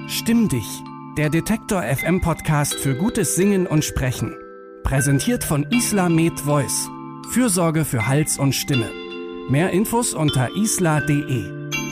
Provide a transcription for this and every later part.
Stimm dich, der Detektor FM Podcast für gutes Singen und Sprechen. Präsentiert von Isla Med Voice. Fürsorge für Hals und Stimme. Mehr Infos unter isla.de.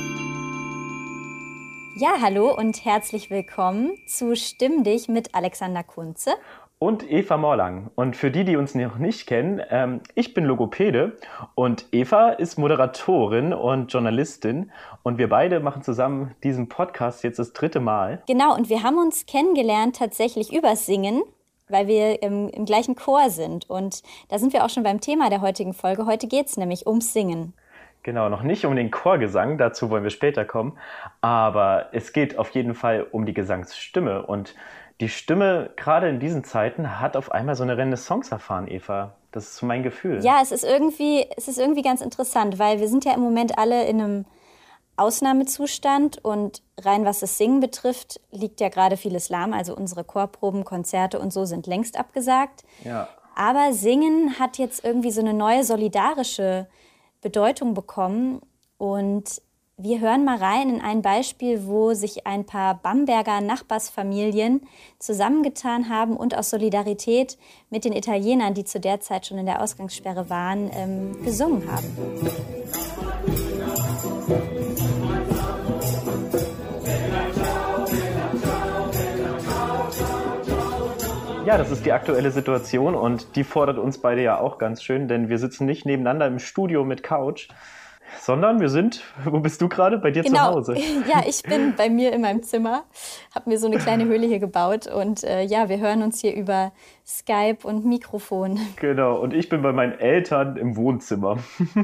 Ja, hallo und herzlich willkommen zu Stimm dich mit Alexander Kunze und Eva Morlang. Und für die uns noch nicht kennen, ich bin Logopäde und Eva ist Moderatorin und Journalistin. Und wir beide machen zusammen diesen Podcast jetzt das 3. Mal. Genau, und wir haben uns kennengelernt tatsächlich übers Singen, weil wir im gleichen Chor sind. Und da sind wir auch schon beim Thema der heutigen Folge. Heute geht es nämlich ums Singen. Genau, noch nicht um den Chorgesang, dazu wollen wir später kommen. Aber es geht auf jeden Fall um die Gesangsstimme. Und die Stimme, gerade in diesen Zeiten, hat auf einmal so eine Renaissance erfahren, Eva. Das ist so mein Gefühl. Ja, es ist irgendwie ganz interessant, weil wir sind ja im Moment alle in einem Ausnahmezustand und rein was das Singen betrifft, liegt ja gerade vieles lahm. Also unsere Chorproben, Konzerte und so sind längst abgesagt. Ja. Aber Singen hat jetzt irgendwie so eine neue solidarische Bedeutung bekommen und wir hören mal rein in ein Beispiel, wo sich ein paar Bamberger Nachbarsfamilien zusammengetan haben und aus Solidarität mit den Italienern, die zu der Zeit schon in der Ausgangssperre waren, gesungen haben. Ja, das ist die aktuelle Situation und die fordert uns beide ja auch ganz schön, denn wir sitzen nicht nebeneinander im Studio mit Couch, sondern wir sind, wo bist du gerade? Bei dir zu Hause? Ja, ich bin bei mir in meinem Zimmer, habe mir so eine kleine Höhle hier gebaut und wir hören uns hier über Skype und Mikrofon. Genau, und ich bin bei meinen Eltern im Wohnzimmer.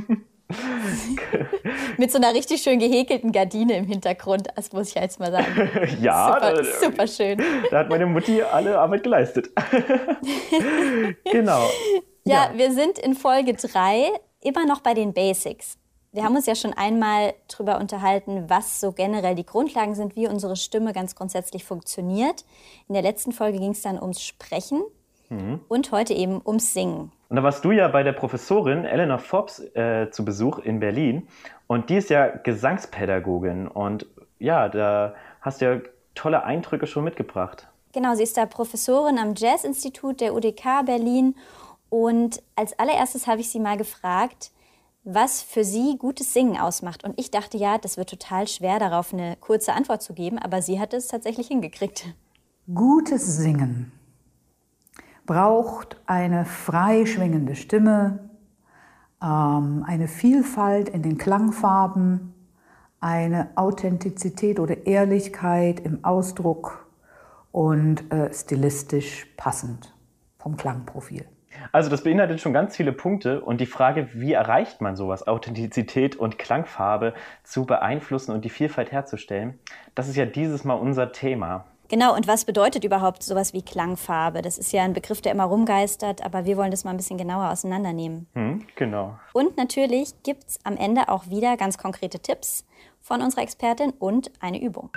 Mit so einer richtig schön gehäkelten Gardine im Hintergrund, das muss ich jetzt mal sagen. Ja, super schön. Da hat meine Mutti alle Arbeit geleistet. Genau. Ja, wir sind in Folge 3 immer noch bei den Basics. Wir haben uns ja schon einmal darüber unterhalten, was so generell die Grundlagen sind, wie unsere Stimme ganz grundsätzlich funktioniert. In der letzten Folge ging es dann ums Sprechen und heute eben ums Singen. Und da warst du ja bei der Professorin Eleanor Forbes zu Besuch in Berlin. Und die ist ja Gesangspädagogin. Und ja, da hast du ja tolle Eindrücke schon mitgebracht. Genau, sie ist da Professorin am Jazz-Institut der UDK Berlin. Und als allererstes habe ich sie mal gefragt, was für sie gutes Singen ausmacht. Und ich dachte, ja, das wird total schwer, darauf eine kurze Antwort zu geben. Aber sie hat es tatsächlich hingekriegt. Gutes Singen braucht eine frei schwingende Stimme, eine Vielfalt in den Klangfarben, eine Authentizität oder Ehrlichkeit im Ausdruck und stilistisch passend vom Klangprofil. Also das beinhaltet schon ganz viele Punkte und die Frage, wie erreicht man sowas, Authentizität und Klangfarbe zu beeinflussen und die Vielfalt herzustellen, das ist ja dieses Mal unser Thema. Genau, und was bedeutet überhaupt sowas wie Klangfarbe? Das ist ja ein Begriff, der immer rumgeistert, aber wir wollen das mal ein bisschen genauer auseinandernehmen. Genau. Und natürlich gibt es am Ende auch wieder ganz konkrete Tipps von unserer Expertin und eine Übung.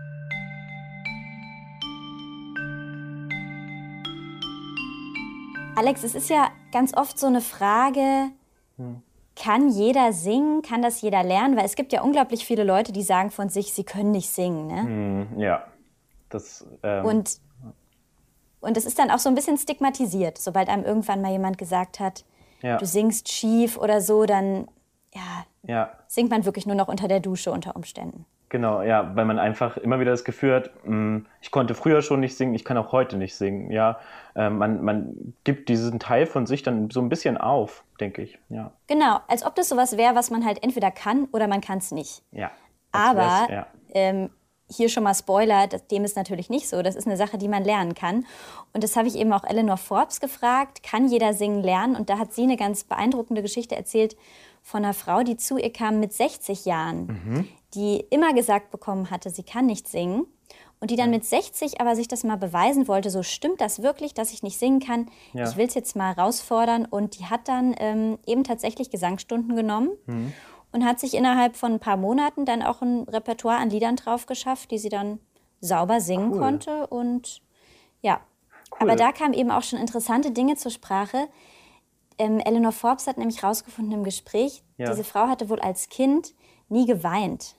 Alex, es ist ja ganz oft so eine Frage, kann jeder singen, kann das jeder lernen? Weil es gibt ja unglaublich viele Leute, die sagen von sich, sie können nicht singen, ne? Ja. Und es ist dann auch so ein bisschen stigmatisiert. Sobald einem irgendwann mal jemand gesagt hat, du singst schief oder so, dann singt man wirklich nur noch unter der Dusche unter Umständen. Genau, ja, weil man einfach immer wieder das Gefühl hat, ich konnte früher schon nicht singen, ich kann auch heute nicht singen. Ja, man gibt diesen Teil von sich dann so ein bisschen auf, denke ich. Ja. Genau, als ob das sowas wäre, was man halt entweder kann oder man kann es nicht. Ja. Aber hier schon mal Spoiler, dem ist natürlich nicht so. Das ist eine Sache, die man lernen kann. Und das habe ich eben auch Eleanor Forbes gefragt, kann jeder singen lernen? Und da hat sie eine ganz beeindruckende Geschichte erzählt von einer Frau, die zu ihr kam mit 60 Jahren, die immer gesagt bekommen hatte, sie kann nicht singen. Und die dann mit 60 aber sich das mal beweisen wollte, so stimmt das wirklich, dass ich nicht singen kann? Ja. Ich will es jetzt mal herausfordern. Und die hat dann eben tatsächlich Gesangsstunden genommen. Und hat sich innerhalb von ein paar Monaten dann auch ein Repertoire an Liedern drauf geschafft, die sie dann sauber singen konnte. Und ja, aber da kamen eben auch schon interessante Dinge zur Sprache. Eleanor Forbes hat nämlich rausgefunden im Gespräch, diese Frau hatte wohl als Kind nie geweint.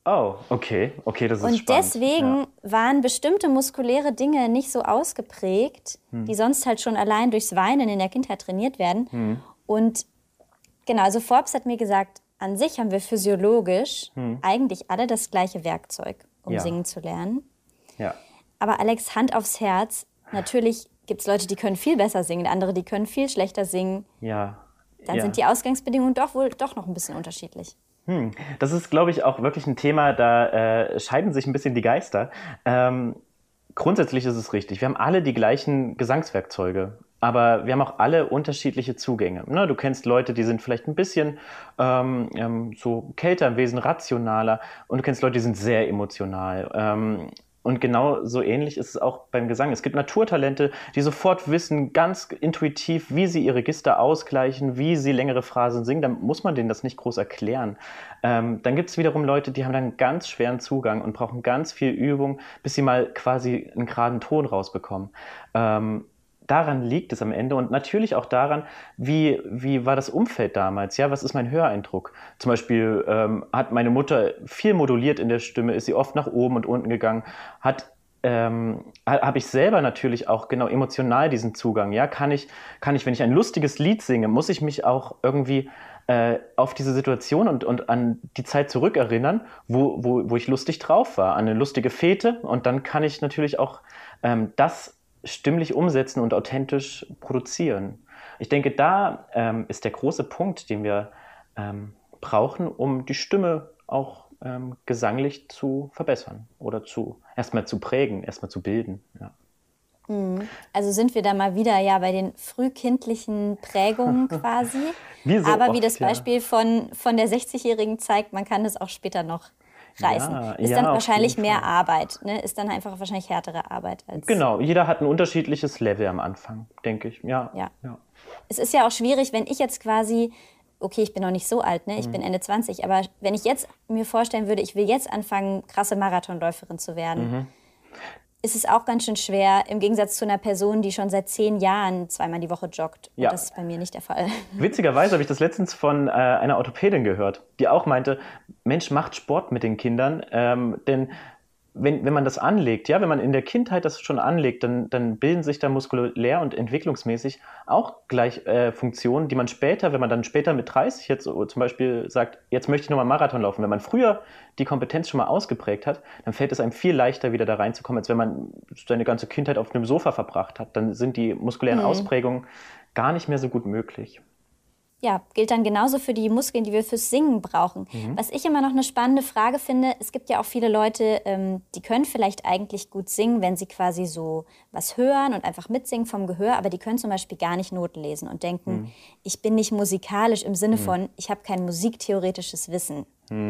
Oh, okay, das ist und spannend. Deswegen waren bestimmte muskuläre Dinge nicht so ausgeprägt, die sonst halt schon allein durchs Weinen in der Kindheit trainiert werden. Und genau, also Forbes hat mir gesagt, an sich haben wir physiologisch eigentlich alle das gleiche Werkzeug, um singen zu lernen. Ja. Aber Alex, Hand aufs Herz, natürlich gibt es Leute, die können viel besser singen, andere, die können viel schlechter singen. Ja. Dann sind die Ausgangsbedingungen doch noch ein bisschen unterschiedlich. Das ist, glaube ich, auch wirklich ein Thema, da scheiden sich ein bisschen die Geister. Grundsätzlich ist es richtig. Wir haben alle die gleichen Gesangswerkzeuge, aber wir haben auch alle unterschiedliche Zugänge. Ne? Du kennst Leute, die sind vielleicht ein bisschen so kälter im Wesen, rationaler, und du kennst Leute, die sind sehr emotional. Und genau so ähnlich ist es auch beim Gesang. Es gibt Naturtalente, die sofort wissen, ganz intuitiv, wie sie ihre Register ausgleichen, wie sie längere Phrasen singen. Dann muss man denen das nicht groß erklären. Dann gibt es wiederum Leute, die haben dann einen ganz schweren Zugang und brauchen ganz viel Übung, bis sie mal quasi einen geraden Ton rausbekommen. Daran liegt es am Ende und natürlich auch daran, wie war das Umfeld damals? Ja, was ist mein Höreindruck? Zum Beispiel hat meine Mutter viel moduliert in der Stimme, ist sie oft nach oben und unten gegangen, habe ich selber natürlich auch genau emotional diesen Zugang. Ja, kann ich, wenn ich ein lustiges Lied singe, muss ich mich auch irgendwie auf diese Situation und an die Zeit zurückerinnern, wo ich lustig drauf war, an eine lustige Fete, und dann kann ich natürlich auch das stimmlich umsetzen und authentisch produzieren. Ich denke, da ist der große Punkt, den wir brauchen, um die Stimme auch gesanglich zu verbessern oder erstmal zu prägen, erstmal zu bilden. Ja. Also sind wir da mal wieder bei den frühkindlichen Prägungen quasi. Wie das Beispiel von der 60-Jährigen zeigt, man kann es auch später noch reißen. Ist dann wahrscheinlich mehr Arbeit, ne? Ist dann einfach wahrscheinlich härtere Arbeit. Genau, jeder hat ein unterschiedliches Level am Anfang, denke ich. Ja. Es ist ja auch schwierig, wenn ich jetzt quasi, okay, ich bin noch nicht so alt, ne? Ich bin Ende 20, aber wenn ich jetzt mir vorstellen würde, ich will jetzt anfangen, krasse Marathonläuferin zu werden, ist es auch ganz schön schwer, im Gegensatz zu einer Person, die schon seit 10 Jahren 2-mal die Woche joggt. Und das ist bei mir nicht der Fall. Witzigerweise habe ich das letztens von einer Orthopädin gehört, die auch meinte, Mensch, macht Sport mit den Kindern, denn wenn man das anlegt, wenn man in der Kindheit das schon anlegt, dann bilden sich da muskulär und entwicklungsmäßig auch gleich Funktionen, die man später, wenn man dann später mit 30 jetzt zum Beispiel sagt, jetzt möchte ich nochmal Marathon laufen, wenn man früher die Kompetenz schon mal ausgeprägt hat, dann fällt es einem viel leichter, wieder da reinzukommen, als wenn man seine ganze Kindheit auf einem Sofa verbracht hat. Dann sind die muskulären Ausprägungen gar nicht mehr so gut möglich. Ja, gilt dann genauso für die Muskeln, die wir fürs Singen brauchen. Was ich immer noch eine spannende Frage finde, es gibt ja auch viele Leute, die können vielleicht eigentlich gut singen, wenn sie quasi so was hören und einfach mitsingen vom Gehör, aber die können zum Beispiel gar nicht Noten lesen und denken, ich bin nicht musikalisch im Sinne von, ich habe kein musiktheoretisches Wissen.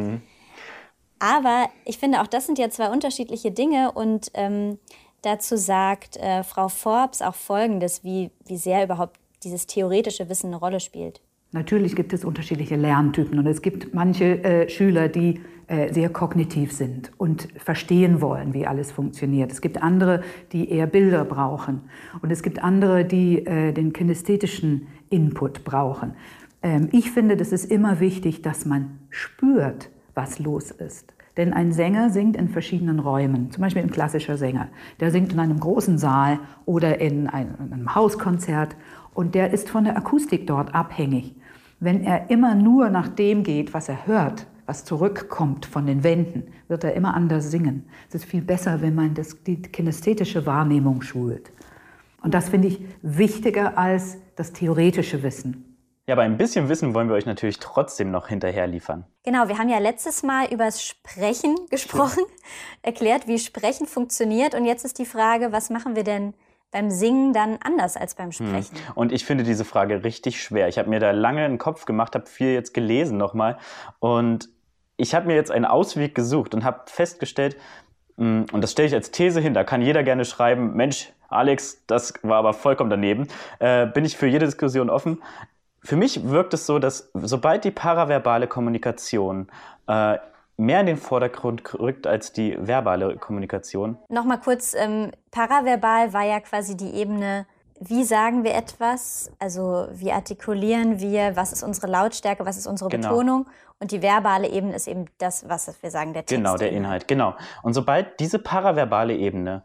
Aber ich finde, auch das sind ja 2 unterschiedliche Dinge, und dazu sagt Frau Forbes auch Folgendes, wie sehr überhaupt dieses theoretische Wissen eine Rolle spielt. Natürlich gibt es unterschiedliche Lerntypen und es gibt manche Schüler, die sehr kognitiv sind und verstehen wollen, wie alles funktioniert. Es gibt andere, die eher Bilder brauchen, und es gibt andere, die den kinästhetischen Input brauchen. Ich finde, das ist immer wichtig, dass man spürt, was los ist. Denn ein Sänger singt in verschiedenen Räumen, zum Beispiel ein klassischer Sänger. Der singt in einem großen Saal oder in einem Hauskonzert, und der ist von der Akustik dort abhängig. Wenn er immer nur nach dem geht, was er hört, was zurückkommt von den Wänden, wird er immer anders singen. Es ist viel besser, wenn man die kinästhetische Wahrnehmung schult. Und das finde ich wichtiger als das theoretische Wissen. Ja, aber ein bisschen Wissen wollen wir euch natürlich trotzdem noch hinterher liefern. Genau, wir haben ja letztes Mal über das Sprechen gesprochen, erklärt, wie Sprechen funktioniert. Und jetzt ist die Frage, was machen wir denn beim Singen dann anders als beim Sprechen? Und ich finde diese Frage richtig schwer. Ich habe mir da lange einen Kopf gemacht, habe viel jetzt gelesen nochmal. Und ich habe mir jetzt einen Ausweg gesucht und habe festgestellt, und das stelle ich als These hin, da kann jeder gerne schreiben, Mensch, Alex, das war aber vollkommen daneben. Bin ich für jede Diskussion offen. Für mich wirkt es so, dass sobald die paraverbale Kommunikation mehr in den Vordergrund rückt als die verbale Kommunikation. Nochmal kurz, paraverbal war ja quasi die Ebene, wie sagen wir etwas, also wie artikulieren wir, was ist unsere Lautstärke, was ist unsere Betonung, und die verbale Ebene ist eben das, was wir sagen, der Text. Genau, der Inhalt, genau. Und sobald diese paraverbale Ebene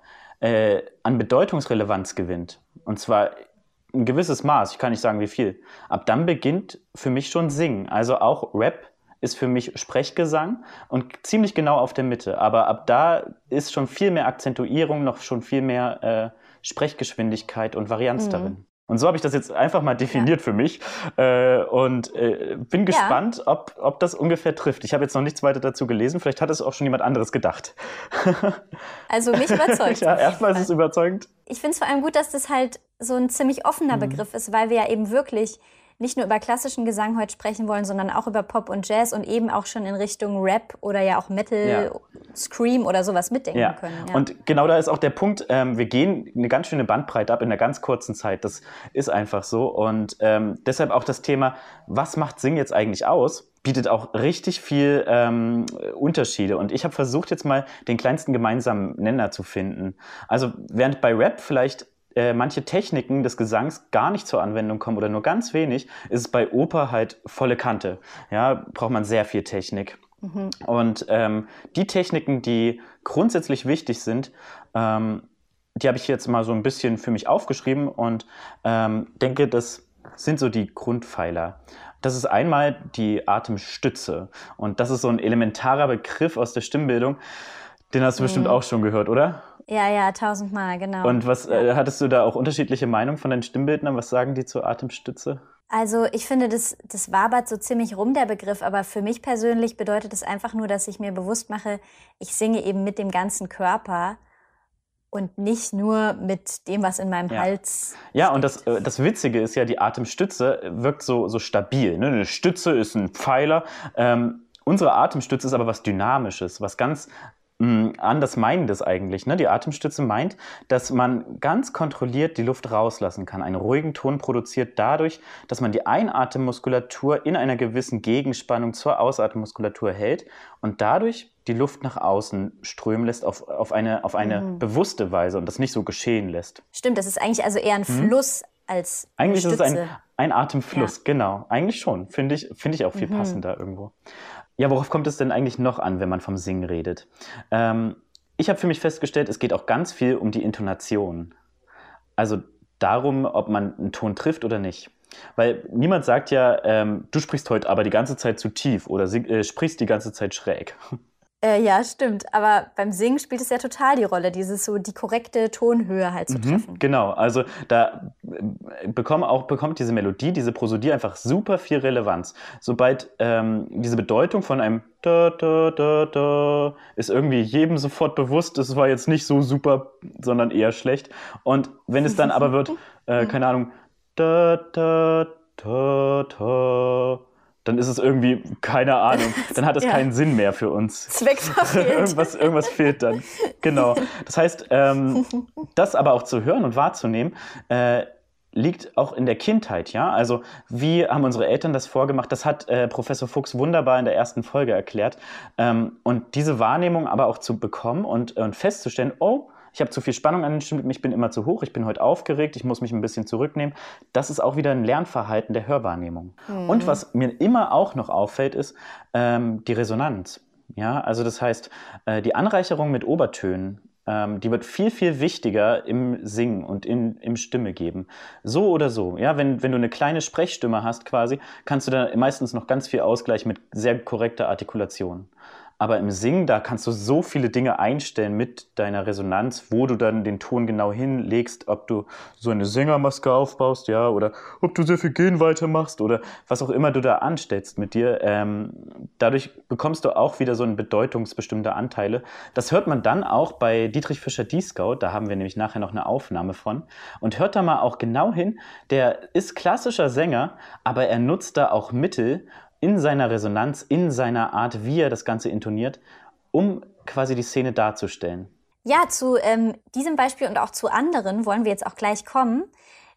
an Bedeutungsrelevanz gewinnt, und zwar ein gewisses Maß, ich kann nicht sagen wie viel, ab dann beginnt für mich schon Singen. Also auch Rap ist für mich Sprechgesang und ziemlich genau auf der Mitte. Aber ab da ist schon viel mehr Akzentuierung, noch schon viel mehr Sprechgeschwindigkeit und Varianz darin. Und so habe ich das jetzt einfach mal definiert für mich und bin gespannt, ob das ungefähr trifft. Ich habe jetzt noch nichts weiter dazu gelesen, vielleicht hat es auch schon jemand anderes gedacht. Also mich überzeugt. Ja, erstmal ist es überzeugend. Ich finde es vor allem gut, dass das halt so ein ziemlich offener Begriff ist, weil wir ja eben wirklich nicht nur über klassischen Gesang heute sprechen wollen, sondern auch über Pop und Jazz und eben auch schon in Richtung Rap oder ja auch Metal, Scream oder sowas mitdenken können. Ja. Und genau da ist auch der Punkt, wir gehen eine ganz schöne Bandbreite ab in einer ganz kurzen Zeit. Das ist einfach so. Und deshalb auch das Thema, was macht Singen jetzt eigentlich aus, bietet auch richtig viel Unterschiede. Und ich habe versucht, jetzt mal den kleinsten gemeinsamen Nenner zu finden. Also während bei Rap vielleicht manche Techniken des Gesangs gar nicht zur Anwendung kommen oder nur ganz wenig, ist es bei Oper halt volle Kante. Ja, braucht man sehr viel Technik. Und die Techniken, die grundsätzlich wichtig sind, die habe ich jetzt mal so ein bisschen für mich aufgeschrieben und denke, das sind so die Grundpfeiler. Das ist einmal die Atemstütze. Und das ist so ein elementarer Begriff aus der Stimmbildung. Den hast du bestimmt auch schon gehört, oder? Ja, 1000-mal, genau. Und was hattest du da auch unterschiedliche Meinungen von deinen Stimmbildnern? Was sagen die zur Atemstütze? Also ich finde, das wabert so ziemlich rum, der Begriff. Aber für mich persönlich bedeutet es einfach nur, dass ich mir bewusst mache, ich singe eben mit dem ganzen Körper und nicht nur mit dem, was in meinem Hals Ja, und das Witzige ist ja, die Atemstütze wirkt so stabil. Ne? Eine Stütze ist ein Pfeiler. Unsere Atemstütze ist aber was Dynamisches, was ganz anders Meinendes eigentlich. Ne? Die Atemstütze meint, dass man ganz kontrolliert die Luft rauslassen kann, einen ruhigen Ton produziert dadurch, dass man die Einatemmmuskulatur in einer gewissen Gegenspannung zur Ausatemmmuskulatur hält und dadurch die Luft nach außen strömen lässt auf eine bewusste Weise und das nicht so geschehen lässt. Stimmt, das ist eigentlich also eher ein Fluss als eigentlich Stütze. Ist es ein Atemfluss, genau. Eigentlich schon. Finde ich auch viel passender irgendwo. Ja, worauf kommt es denn eigentlich noch an, wenn man vom Singen redet? Ich habe für mich festgestellt, es geht auch ganz viel um die Intonation. Also darum, ob man einen Ton trifft oder nicht. Weil niemand sagt ja, du sprichst heute aber die ganze Zeit zu tief oder sprichst die ganze Zeit schräg. Ja, stimmt. Aber beim Singen spielt es ja total die Rolle, die korrekte Tonhöhe halt zu treffen. Genau, also da bekommt diese Melodie, diese Prosodie einfach super viel Relevanz. Sobald diese Bedeutung von einem da, da, da, da ist irgendwie jedem sofort bewusst, das war jetzt nicht so super, sondern eher schlecht. Und wenn es dann aber wird, keine Ahnung, da, da, da, da, dann ist es irgendwie, keine Ahnung, dann hat es keinen Sinn mehr für uns. Zweck verfehlt. irgendwas fehlt dann. Genau. Das heißt, das aber auch zu hören und wahrzunehmen, liegt auch in der Kindheit, ja. Also wie haben unsere Eltern das vorgemacht? Das hat Professor Fuchs wunderbar in der ersten Folge erklärt. Und diese Wahrnehmung aber auch zu bekommen und festzustellen, oh, ich habe zu viel Spannung an den Stimmen, ich bin immer zu hoch, ich bin heute aufgeregt, ich muss mich ein bisschen zurücknehmen. Das ist auch wieder ein Lernverhalten der Hörwahrnehmung. Und was mir immer auch noch auffällt, ist die Resonanz. Ja, also das heißt, die Anreicherung mit Obertönen, die wird viel, viel wichtiger im Singen und im Stimme geben. So oder so. Ja, wenn du eine kleine Sprechstimme hast quasi, kannst du da meistens noch ganz viel ausgleichen mit sehr korrekter Artikulation. Aber im Singen, da kannst du so viele Dinge einstellen mit deiner Resonanz, wo du dann den Ton genau hinlegst, ob du so eine Sängermaske aufbaust, ja, oder ob du sehr viel Gehen weitermachst oder was auch immer du da anstellst mit dir. Dadurch bekommst du auch wieder so eine bedeutungsbestimmte Anteile. Das hört man dann auch bei Dietrich Fischer-Dieskau, da haben wir nämlich nachher noch eine Aufnahme von. Und hört da mal auch genau hin, der ist klassischer Sänger, aber er nutzt da auch Mittel, in seiner Resonanz, in seiner Art, wie er das Ganze intoniert, um quasi die Szene darzustellen. Ja, zu diesem Beispiel und auch zu anderen wollen wir jetzt auch gleich kommen.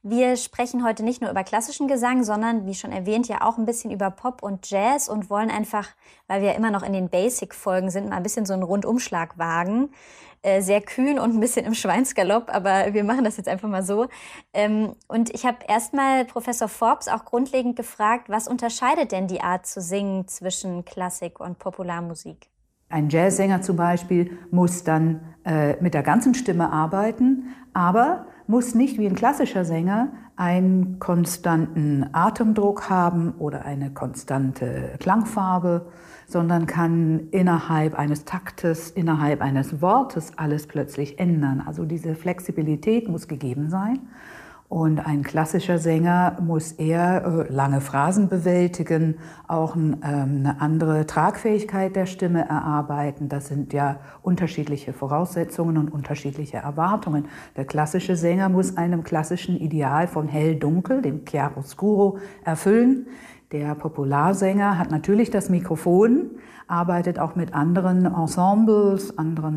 Wir sprechen heute nicht nur über klassischen Gesang, sondern, wie schon erwähnt, ja auch ein bisschen über Pop und Jazz und wollen einfach, weil wir ja immer noch in den Basic-Folgen sind, mal ein bisschen so einen Rundumschlag wagen. Sehr kühn und ein bisschen im Schweinsgalopp, aber wir machen das jetzt einfach mal so. Und ich habe erstmal Professor Forbes auch grundlegend gefragt, was unterscheidet denn die Art zu singen zwischen Klassik und Popularmusik? Ein Jazzsänger zum Beispiel muss dann mit der ganzen Stimme arbeiten, aber muss nicht wie ein klassischer Sänger einen konstanten Atemdruck haben oder eine konstante Klangfarbe, sondern kann innerhalb eines Taktes, innerhalb eines Wortes alles plötzlich ändern. Also diese Flexibilität muss gegeben sein. Und ein klassischer Sänger muss eher lange Phrasen bewältigen, auch eine andere Tragfähigkeit der Stimme erarbeiten. Das sind ja unterschiedliche Voraussetzungen und unterschiedliche Erwartungen. Der klassische Sänger muss einem klassischen Ideal von hell-dunkel, dem Chiaroscuro, erfüllen. Der Popularsänger hat natürlich das Mikrofon, arbeitet auch mit anderen Ensembles,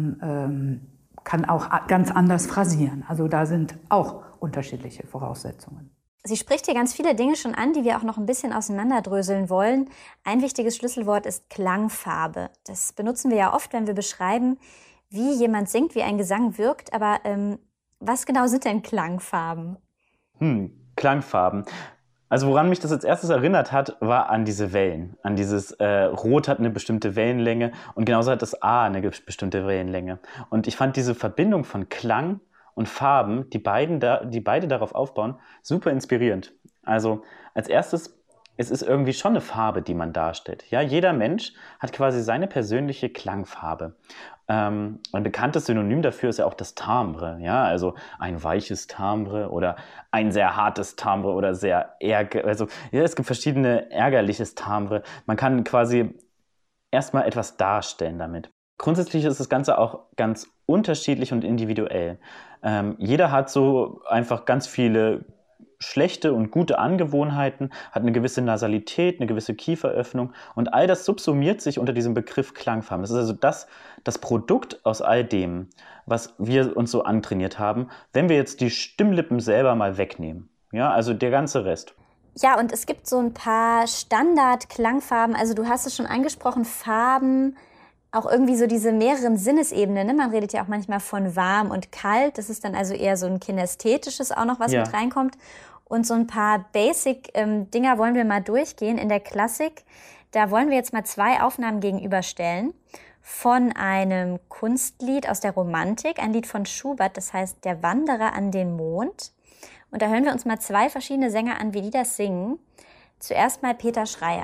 kann auch ganz anders phrasieren. Also da sind auch unterschiedliche Voraussetzungen. Sie spricht hier ganz viele Dinge schon an, die wir auch noch ein bisschen auseinanderdröseln wollen. Ein wichtiges Schlüsselwort ist Klangfarbe. Das benutzen wir ja oft, wenn wir beschreiben, wie jemand singt, wie ein Gesang wirkt. Aber was genau sind denn Klangfarben? Klangfarben. Also woran mich das als erstes erinnert hat, war an diese Wellen. An dieses Rot hat eine bestimmte Wellenlänge und genauso hat das A eine bestimmte Wellenlänge. Und ich fand diese Verbindung von Klang und Farben, die beide darauf aufbauen, super inspirierend. Also als erstes, es ist irgendwie schon eine Farbe, die man darstellt. Ja, jeder Mensch hat quasi seine persönliche Klangfarbe. Ein bekanntes Synonym dafür ist ja auch das Timbre. Ja, also ein weiches Timbre oder ein sehr hartes Timbre oder sehr also ja, es gibt verschiedene ärgerliches Timbre. Man kann quasi erstmal etwas darstellen damit. Grundsätzlich ist das Ganze auch ganz unterschiedlich und individuell. Jeder hat so einfach ganz viele schlechte und gute Angewohnheiten, hat eine gewisse Nasalität, eine gewisse Kieferöffnung und all das subsumiert sich unter diesem Begriff Klangfarben. Das ist also das Produkt aus all dem, was wir uns so antrainiert haben, wenn wir jetzt die Stimmlippen selber mal wegnehmen. Ja, also der ganze Rest. Ja, und es gibt so ein paar Standard-Klangfarben. Also du hast es schon angesprochen, Farben, auch irgendwie so diese mehreren Sinnesebenen. Ne? Man redet ja auch manchmal von warm und kalt. Das ist dann also eher so ein kinästhetisches auch noch, was mit reinkommt. Und so ein paar Basic-Dinger wollen wir mal durchgehen in der Klassik. Da wollen wir jetzt mal 2 Aufnahmen gegenüberstellen von einem Kunstlied aus der Romantik, ein Lied von Schubert, das heißt Der Wanderer an den Mond. Und da hören wir uns mal 2 verschiedene Sänger an, wie die das singen. Zuerst mal Peter Schreier.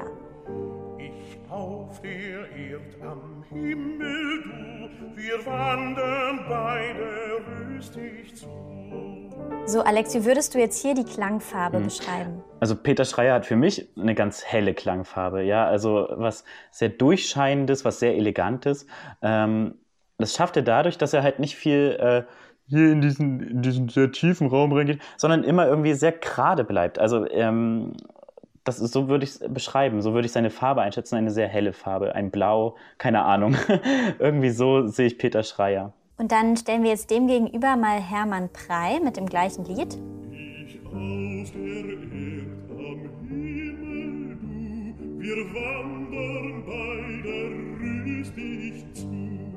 Ich auf der Erd am Himmel, du, wir wandern beide rüstig zu. So, Alex, wie würdest du jetzt hier die Klangfarbe beschreiben? Also Peter Schreier hat für mich eine ganz helle Klangfarbe, ja, also was sehr Durchscheinendes, was sehr Elegantes. Das schafft er dadurch, dass er halt nicht viel hier in diesen sehr tiefen Raum reingeht, sondern immer irgendwie sehr gerade bleibt. Also das ist, so würde ich es beschreiben, so würde ich seine Farbe einschätzen, eine sehr helle Farbe, ein Blau, keine Ahnung. Irgendwie so sehe ich Peter Schreier. Und dann stellen wir jetzt dem gegenüber mal Hermann Prey mit dem gleichen Lied. Ich auf der Erd am Himmel, du, wir wandern beide rüstig zu.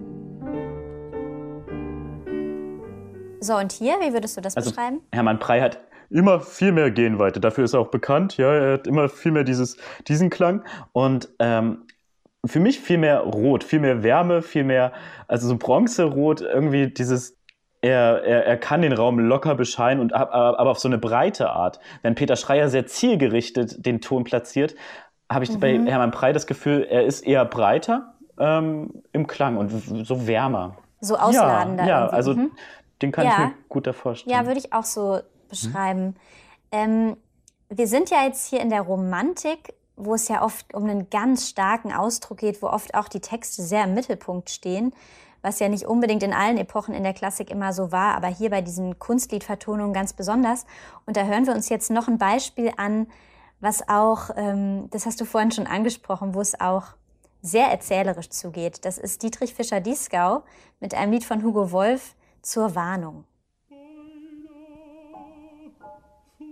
So, und hier, wie würdest du das beschreiben? Hermann Prey hat immer viel mehr Genweite, dafür ist er auch bekannt, ja, er hat immer viel mehr diesen Klang und für mich viel mehr Rot, viel mehr Wärme, viel mehr, also so Bronzerot, irgendwie dieses, er kann den Raum locker bescheinen, und aber auf so eine breite Art. Wenn Peter Schreier sehr zielgerichtet den Ton platziert, habe ich bei Hermann Prey das Gefühl, er ist eher breiter im Klang und so wärmer. So ausladender. Ja, also den kann ich mir gut vorstellen. Ja, würde ich auch so beschreiben. Wir sind ja jetzt hier in der Romantik, wo es ja oft um einen ganz starken Ausdruck geht, wo oft auch die Texte sehr im Mittelpunkt stehen, was ja nicht unbedingt in allen Epochen in der Klassik immer so war, aber hier bei diesen Kunstliedvertonungen ganz besonders. Und da hören wir uns jetzt noch ein Beispiel an, was auch, das hast du vorhin schon angesprochen, wo es auch sehr erzählerisch zugeht. Das ist Dietrich Fischer-Dieskau mit einem Lied von Hugo Wolf, Zur Warnung.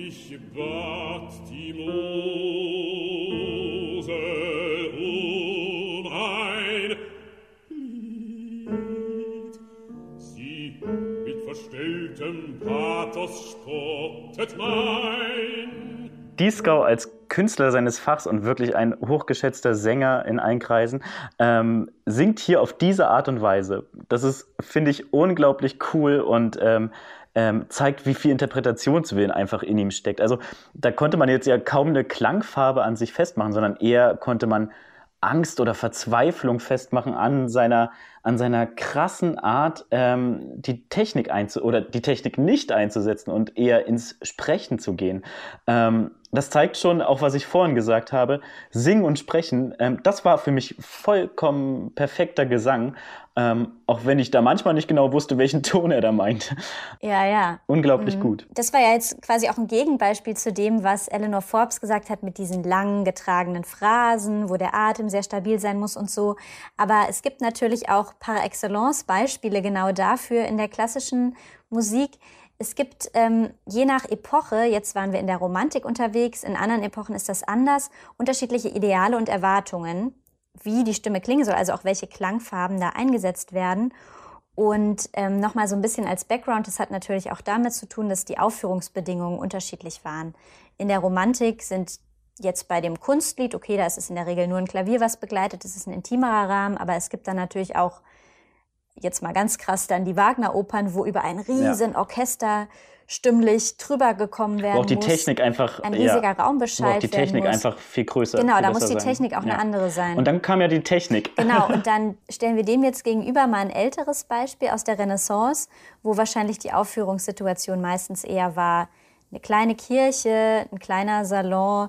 Ich bat die Muse um ein Lied. Sie mit verstelltem Pathos spottet mein. Dieskau als Künstler seines Fachs und wirklich ein hochgeschätzter Sänger in allen Kreisen, singt hier auf diese Art und Weise. Das ist, finde ich, unglaublich cool und zeigt, wie viel Interpretationswillen einfach in ihm steckt. Also da konnte man jetzt ja kaum eine Klangfarbe an sich festmachen, sondern eher konnte man Angst oder Verzweiflung festmachen an seiner krassen Art, die Technik nicht einzusetzen und eher ins Sprechen zu gehen. Das zeigt schon, auch was ich vorhin gesagt habe, Singen und Sprechen, das war für mich vollkommen perfekter Gesang, auch wenn ich da manchmal nicht genau wusste, welchen Ton er da meint. Ja. Unglaublich gut. Das war ja jetzt quasi auch ein Gegenbeispiel zu dem, was Eleanor Forbes gesagt hat mit diesen lang getragenen Phrasen, wo der Atem sehr stabil sein muss und so. Aber es gibt natürlich auch par excellence Beispiele genau dafür in der klassischen Musik. Es gibt je nach Epoche, jetzt waren wir in der Romantik unterwegs, in anderen Epochen ist das anders, unterschiedliche Ideale und Erwartungen, wie die Stimme klingen soll, also auch welche Klangfarben da eingesetzt werden. Und nochmal so ein bisschen als Background, das hat natürlich auch damit zu tun, dass die Aufführungsbedingungen unterschiedlich waren. In der Romantik sind jetzt bei dem Kunstlied, okay, da ist es in der Regel nur ein Klavier, was begleitet, das ist ein intimerer Rahmen, aber es gibt dann natürlich auch, jetzt mal ganz krass, dann die Wagner-Opern, wo über ein riesen Orchester stimmlich drüber gekommen werden wo auch die muss. Technik einfach, ein riesiger Raum beschallt wo auch die Technik werden muss. einfach viel größer. Genau, da muss die Technik auch eine andere sein. Und dann kam ja die Technik. Genau, und dann stellen wir dem jetzt gegenüber mal ein älteres Beispiel aus der Renaissance, wo wahrscheinlich die Aufführungssituation meistens eher war, eine kleine Kirche, ein kleiner Salon,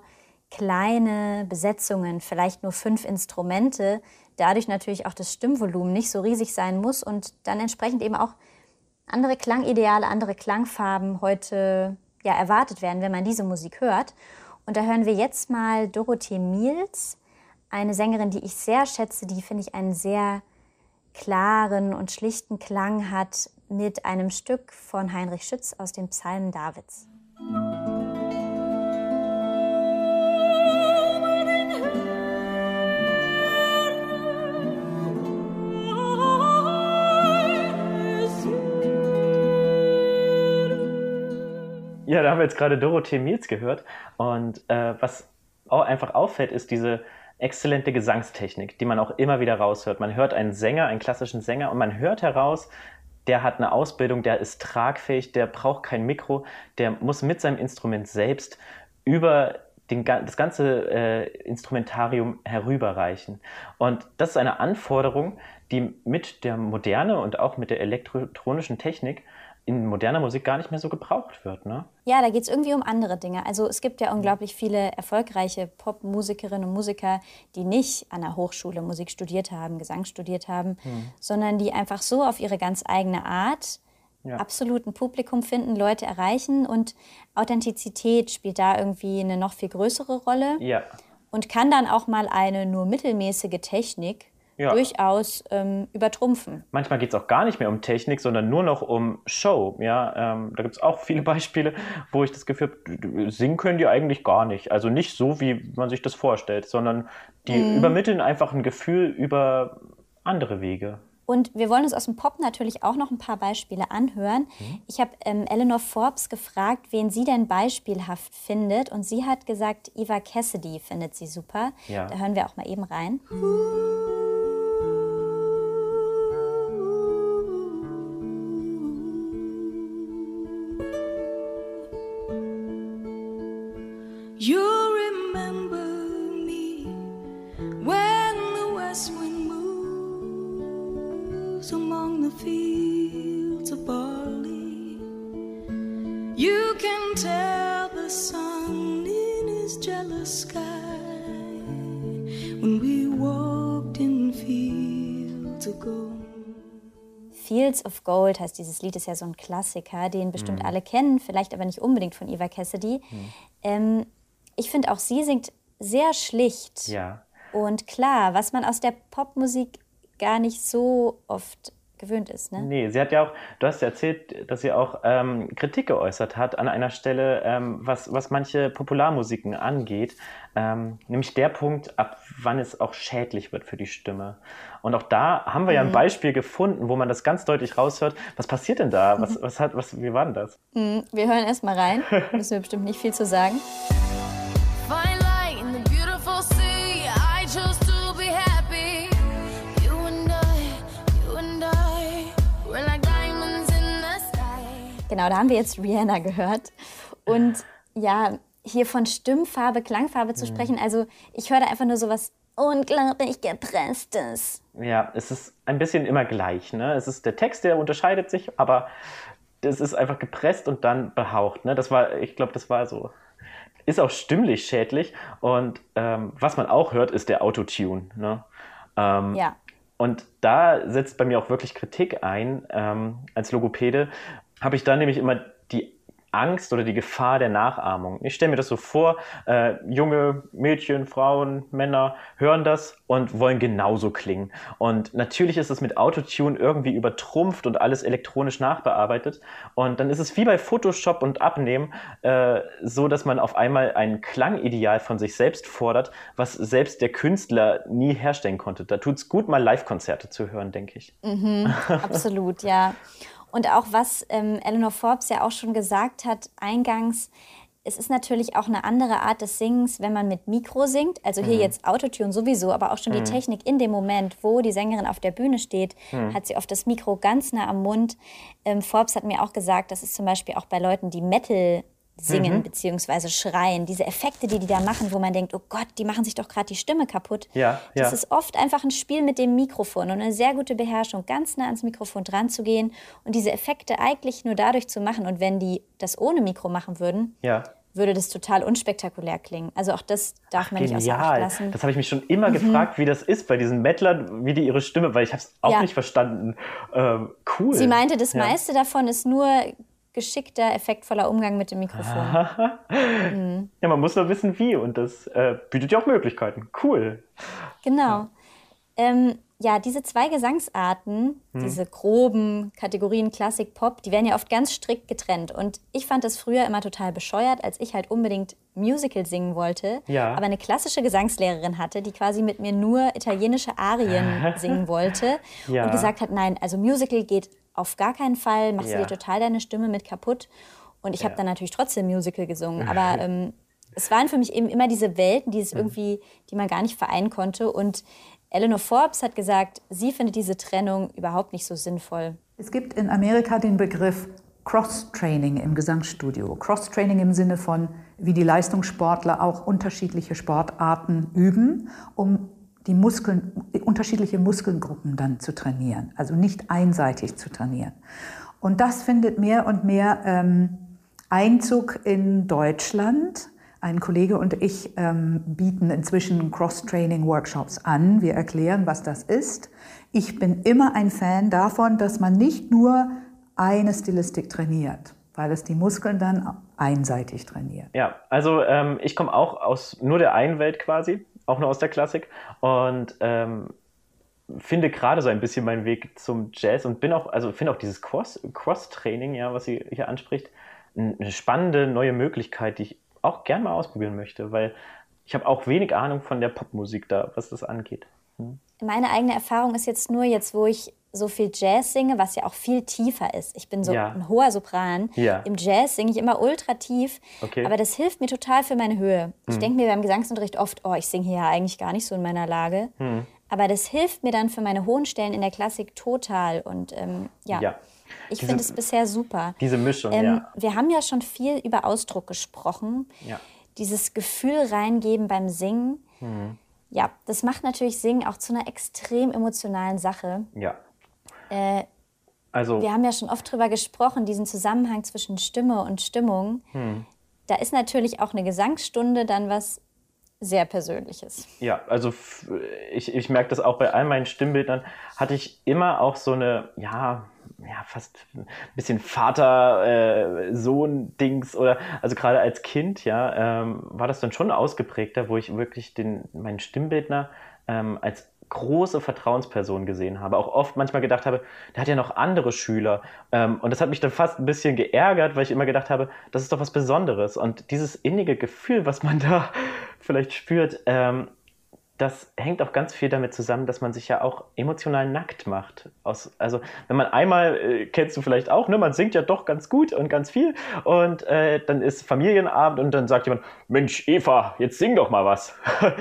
kleine Besetzungen, vielleicht nur 5 Instrumente, dadurch natürlich auch das Stimmvolumen nicht so riesig sein muss und dann entsprechend eben auch andere Klangideale, andere Klangfarben heute erwartet werden, wenn man diese Musik hört. Und da hören wir jetzt mal Dorothee Miels, eine Sängerin, die ich sehr schätze, die, finde ich, einen sehr klaren und schlichten Klang hat, mit einem Stück von Heinrich Schütz aus dem Psalm Davids. Ja, da haben wir jetzt gerade Dorothee Miels gehört und was auch einfach auffällt, ist diese exzellente Gesangstechnik, die man auch immer wieder raushört. Man hört einen Sänger, einen klassischen Sänger und man hört heraus, der hat eine Ausbildung, der ist tragfähig, der braucht kein Mikro, der muss mit seinem Instrument selbst über das ganze Instrumentarium herüberreichen. Und das ist eine Anforderung, die mit der Moderne und auch mit der elektronischen Technik in moderner Musik gar nicht mehr so gebraucht wird, ne? Ja, da geht es irgendwie um andere Dinge. Also es gibt ja unglaublich viele erfolgreiche Popmusikerinnen und Musiker, die nicht an der Hochschule Musik studiert haben, Gesang studiert haben, sondern die einfach so auf ihre ganz eigene Art absolut ein Publikum finden, Leute erreichen und Authentizität spielt da irgendwie eine noch viel größere Rolle und kann dann auch mal eine nur mittelmäßige Technik durchaus übertrumpfen. Manchmal geht es auch gar nicht mehr um Technik, sondern nur noch um Show. Ja? Da gibt es auch viele Beispiele, wo ich das Gefühl habe, singen können die eigentlich gar nicht. Also nicht so, wie man sich das vorstellt, sondern die übermitteln einfach ein Gefühl über andere Wege. Und wir wollen uns aus dem Pop natürlich auch noch ein paar Beispiele anhören. Ich habe Eleanor Forbes gefragt, wen sie denn beispielhaft findet. Und sie hat gesagt, Eva Cassidy findet sie super. Ja. Da hören wir auch mal eben rein. You remember me when the west wind moves among the fields of barley. You can tell the sun in his jealous sky when we walked in fields of gold. Fields of Gold heißt dieses Lied, ist ja so ein Klassiker, den bestimmt alle kennen, vielleicht aber nicht unbedingt von Eva Cassidy. Ich finde auch, sie singt sehr schlicht und klar, was man aus der Popmusik gar nicht so oft gewöhnt ist. Ne? Nee, sie hat ja auch, du hast ja erzählt, dass sie auch Kritik geäußert hat an einer Stelle, was manche Popularmusiken angeht. Nämlich der Punkt, ab wann es auch schädlich wird für die Stimme. Und auch da haben wir ja ein Beispiel gefunden, wo man das ganz deutlich raushört. Was passiert denn da? Wie war denn das? Wir hören erst mal rein. Müssen wir bestimmt nicht viel zu sagen. Genau, da haben wir jetzt Rihanna gehört. Und ja, hier von Stimmfarbe, Klangfarbe zu sprechen, also ich höre da einfach nur sowas unglaublich Gepresstes. Ja, es ist ein bisschen immer gleich, ne? Es ist der Text, der unterscheidet sich, aber es ist einfach gepresst und dann behaucht, ne? Ich glaube, das war so. Ist auch stimmlich schädlich und was man auch hört, ist der Autotune, ne? Ja. Und da setzt bei mir auch wirklich Kritik ein. Als Logopäde habe ich da nämlich immer die Angst oder die Gefahr der Nachahmung. Ich stelle mir das so vor, junge Mädchen, Frauen, Männer hören das und wollen genauso klingen. Und natürlich ist es mit Autotune irgendwie übertrumpft und alles elektronisch nachbearbeitet. Und dann ist es wie bei Photoshop und Abnehmen so, dass man auf einmal ein Klangideal von sich selbst fordert, was selbst der Künstler nie herstellen konnte. Da tut es gut, mal Live-Konzerte zu hören, denke ich. Absolut, ja. Und auch was Eleanor Forbes ja auch schon gesagt hat eingangs, es ist natürlich auch eine andere Art des Singens, wenn man mit Mikro singt. Also hier jetzt Autotune sowieso, aber auch schon die Technik in dem Moment, wo die Sängerin auf der Bühne steht, hat sie oft das Mikro ganz nah am Mund. Forbes hat mir auch gesagt, dass es zum Beispiel auch bei Leuten, die Metal singen beziehungsweise schreien, diese Effekte, die da machen, wo man denkt, oh Gott, die machen sich doch gerade die Stimme kaputt. Das ist oft einfach ein Spiel mit dem Mikrofon und eine sehr gute Beherrschung, ganz nah ans Mikrofon dran zu gehen und diese Effekte eigentlich nur dadurch zu machen. Und wenn die das ohne Mikro machen würden, würde das total unspektakulär klingen. Also auch das darf man nicht außer Acht lassen. Das habe ich mich schon immer gefragt, wie das ist bei diesen Mettlern, wie die ihre Stimme, weil ich habe es auch nicht verstanden. Cool. Sie meinte, das meiste davon ist nur geschickter, effektvoller Umgang mit dem Mikrofon. Ja, man muss nur wissen, wie. Und das bietet ja auch Möglichkeiten. Cool. Genau. Ja, diese zwei Gesangsarten, diese groben Kategorien Klassik, Pop, die werden ja oft ganz strikt getrennt. Und ich fand das früher immer total bescheuert, als ich halt unbedingt Musical singen wollte, aber eine klassische Gesangslehrerin hatte, die quasi mit mir nur italienische Arien singen wollte und gesagt hat, nein, also Musical geht auf gar keinen Fall, machst du dir total deine Stimme mit kaputt. Und ich habe dann natürlich trotzdem Musical gesungen, aber es waren für mich eben immer diese Welten, die man gar nicht vereinen konnte. Und Eleanor Forbes hat gesagt, sie findet diese Trennung überhaupt nicht so sinnvoll. Es gibt in Amerika den Begriff Cross-Training im Gesangsstudio. Cross-Training im Sinne von, wie die Leistungssportler auch unterschiedliche Sportarten üben, um die unterschiedliche Muskelgruppen dann zu trainieren, also nicht einseitig zu trainieren. Und das findet mehr und mehr Einzug in Deutschland. Ein Kollege und ich bieten inzwischen Cross-Training-Workshops an. Wir erklären, was das ist. Ich bin immer ein Fan davon, dass man nicht nur eine Stilistik trainiert, weil es die Muskeln dann einseitig trainiert. Ja, also ich komme auch aus nur der einen Welt quasi, auch nur aus der Klassik und finde gerade so ein bisschen meinen Weg zum Jazz und finde auch dieses Cross-Training, ja, was sie hier anspricht, eine spannende neue Möglichkeit, die ich auch gern mal ausprobieren möchte, weil ich habe auch wenig Ahnung von der Popmusik da, was das angeht. Meine eigene Erfahrung ist jetzt nur, wo ich so viel Jazz singe, was ja auch viel tiefer ist. Ich bin so ein hoher Sopran. Im Jazz singe ich immer ultra tief, aber das hilft mir total für meine Höhe. Ich denke mir beim Gesangsunterricht oft, ich singe hier ja eigentlich gar nicht so in meiner Lage. Aber das hilft mir dann für meine hohen Stellen in der Klassik total. Und ich finde es bisher super. Diese Mischung, Wir haben ja schon viel über Ausdruck gesprochen. Dieses Gefühl reingeben beim Singen. Ja, das macht natürlich Singen auch zu einer extrem emotionalen Sache. Ja. Wir haben ja schon oft drüber gesprochen, diesen Zusammenhang zwischen Stimme und Stimmung. Da ist natürlich auch eine Gesangsstunde dann was sehr Persönliches. Ja, also ich merke das auch bei all meinen Stimmbildern, hatte ich immer auch so eine, fast ein bisschen Vater-Sohn-Dings oder, also gerade als Kind, war das dann schon ausgeprägter, wo ich wirklich meinen Stimmbildner als große Vertrauensperson gesehen habe. Auch oft manchmal gedacht habe, der hat ja noch andere Schüler. Und das hat mich dann fast ein bisschen geärgert, weil ich immer gedacht habe, das ist doch was Besonderes. Und dieses innige Gefühl, was man da vielleicht spürt, das hängt auch ganz viel damit zusammen, dass man sich ja auch emotional nackt macht. Also wenn man einmal, kennst du vielleicht auch, ne, man singt ja doch ganz gut und ganz viel und dann ist Familienabend und dann sagt jemand, Mensch Eva, jetzt sing doch mal was.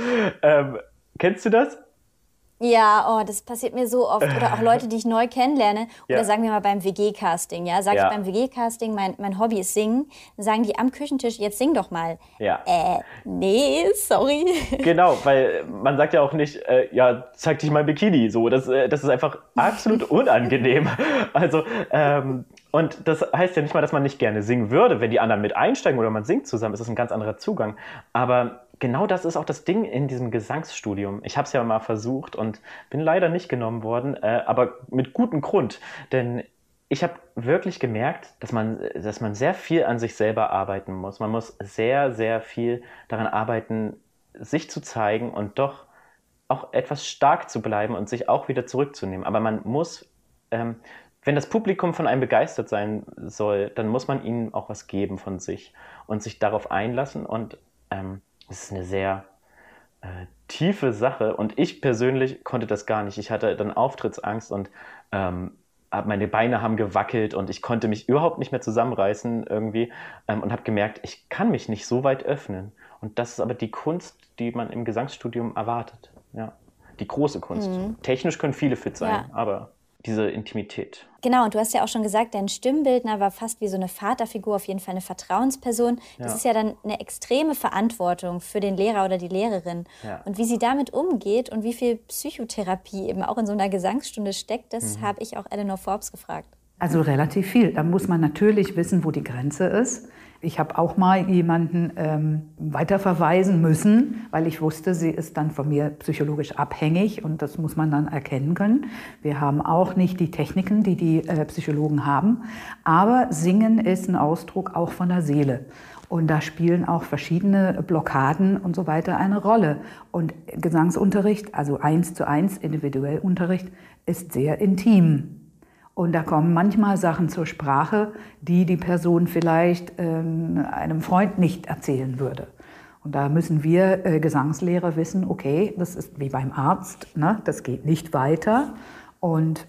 Kennst du das? Ja, oh, das passiert mir so oft. Oder auch Leute, die ich neu kennenlerne. Oder sagen wir mal beim WG-Casting. Ja? Sag ich beim WG-Casting, mein Hobby ist Singen. Dann sagen die am Küchentisch, jetzt sing doch mal. Ja. Nee, sorry. Genau, weil man sagt ja auch nicht, ja, zeig dich mal Bikini. So, das ist einfach absolut unangenehm. Also, und das heißt ja nicht mal, dass man nicht gerne singen würde, wenn die anderen mit einsteigen oder man singt zusammen, ist das ein ganz anderer Zugang. Aber genau das ist auch das Ding in diesem Gesangsstudium. Ich habe es ja mal versucht und bin leider nicht genommen worden, aber mit gutem Grund. Denn ich habe wirklich gemerkt, dass man sehr viel an sich selber arbeiten muss. Man muss sehr, sehr viel daran arbeiten, sich zu zeigen und doch auch etwas stark zu bleiben und sich auch wieder zurückzunehmen. Aber man muss, wenn das Publikum von einem begeistert sein soll, dann muss man ihnen auch was geben von sich und sich darauf einlassen. Und es ist eine sehr tiefe Sache. Und ich persönlich konnte das gar nicht. Ich hatte dann Auftrittsangst und meine Beine haben gewackelt und ich konnte mich überhaupt nicht mehr zusammenreißen irgendwie und habe gemerkt, ich kann mich nicht so weit öffnen. Und das ist aber die Kunst, die man im Gesangsstudium erwartet. Ja, die große Kunst. Technisch können viele fit sein, aber diese Intimität. Genau, und du hast ja auch schon gesagt, dein Stimmbildner war fast wie so eine Vaterfigur, auf jeden Fall eine Vertrauensperson. Das ist ja dann eine extreme Verantwortung für den Lehrer oder die Lehrerin. Ja. Und wie sie damit umgeht und wie viel Psychotherapie eben auch in so einer Gesangsstunde steckt, das habe ich auch Eleanor Forbes gefragt. Also relativ viel. Da muss man natürlich wissen, wo die Grenze ist. Ich habe auch mal jemanden weiterverweisen müssen, weil ich wusste, sie ist dann von mir psychologisch abhängig und das muss man dann erkennen können. Wir haben auch nicht die Techniken, die die Psychologen haben, aber Singen ist ein Ausdruck auch von der Seele. Und da spielen auch verschiedene Blockaden und so weiter eine Rolle. Und Gesangsunterricht, also 1:1 Individuellunterricht, ist sehr intim. Und da kommen manchmal Sachen zur Sprache, die die Person vielleicht einem Freund nicht erzählen würde. Und da müssen wir Gesangslehrer wissen, okay, das ist wie beim Arzt, ne? Das geht nicht weiter. Und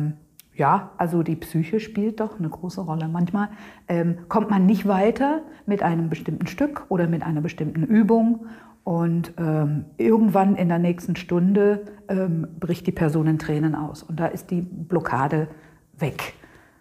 ja, also die Psyche spielt doch eine große Rolle. Manchmal kommt man nicht weiter mit einem bestimmten Stück oder mit einer bestimmten Übung. Und irgendwann in der nächsten Stunde bricht die Person in Tränen aus. Und da ist die Blockade weg.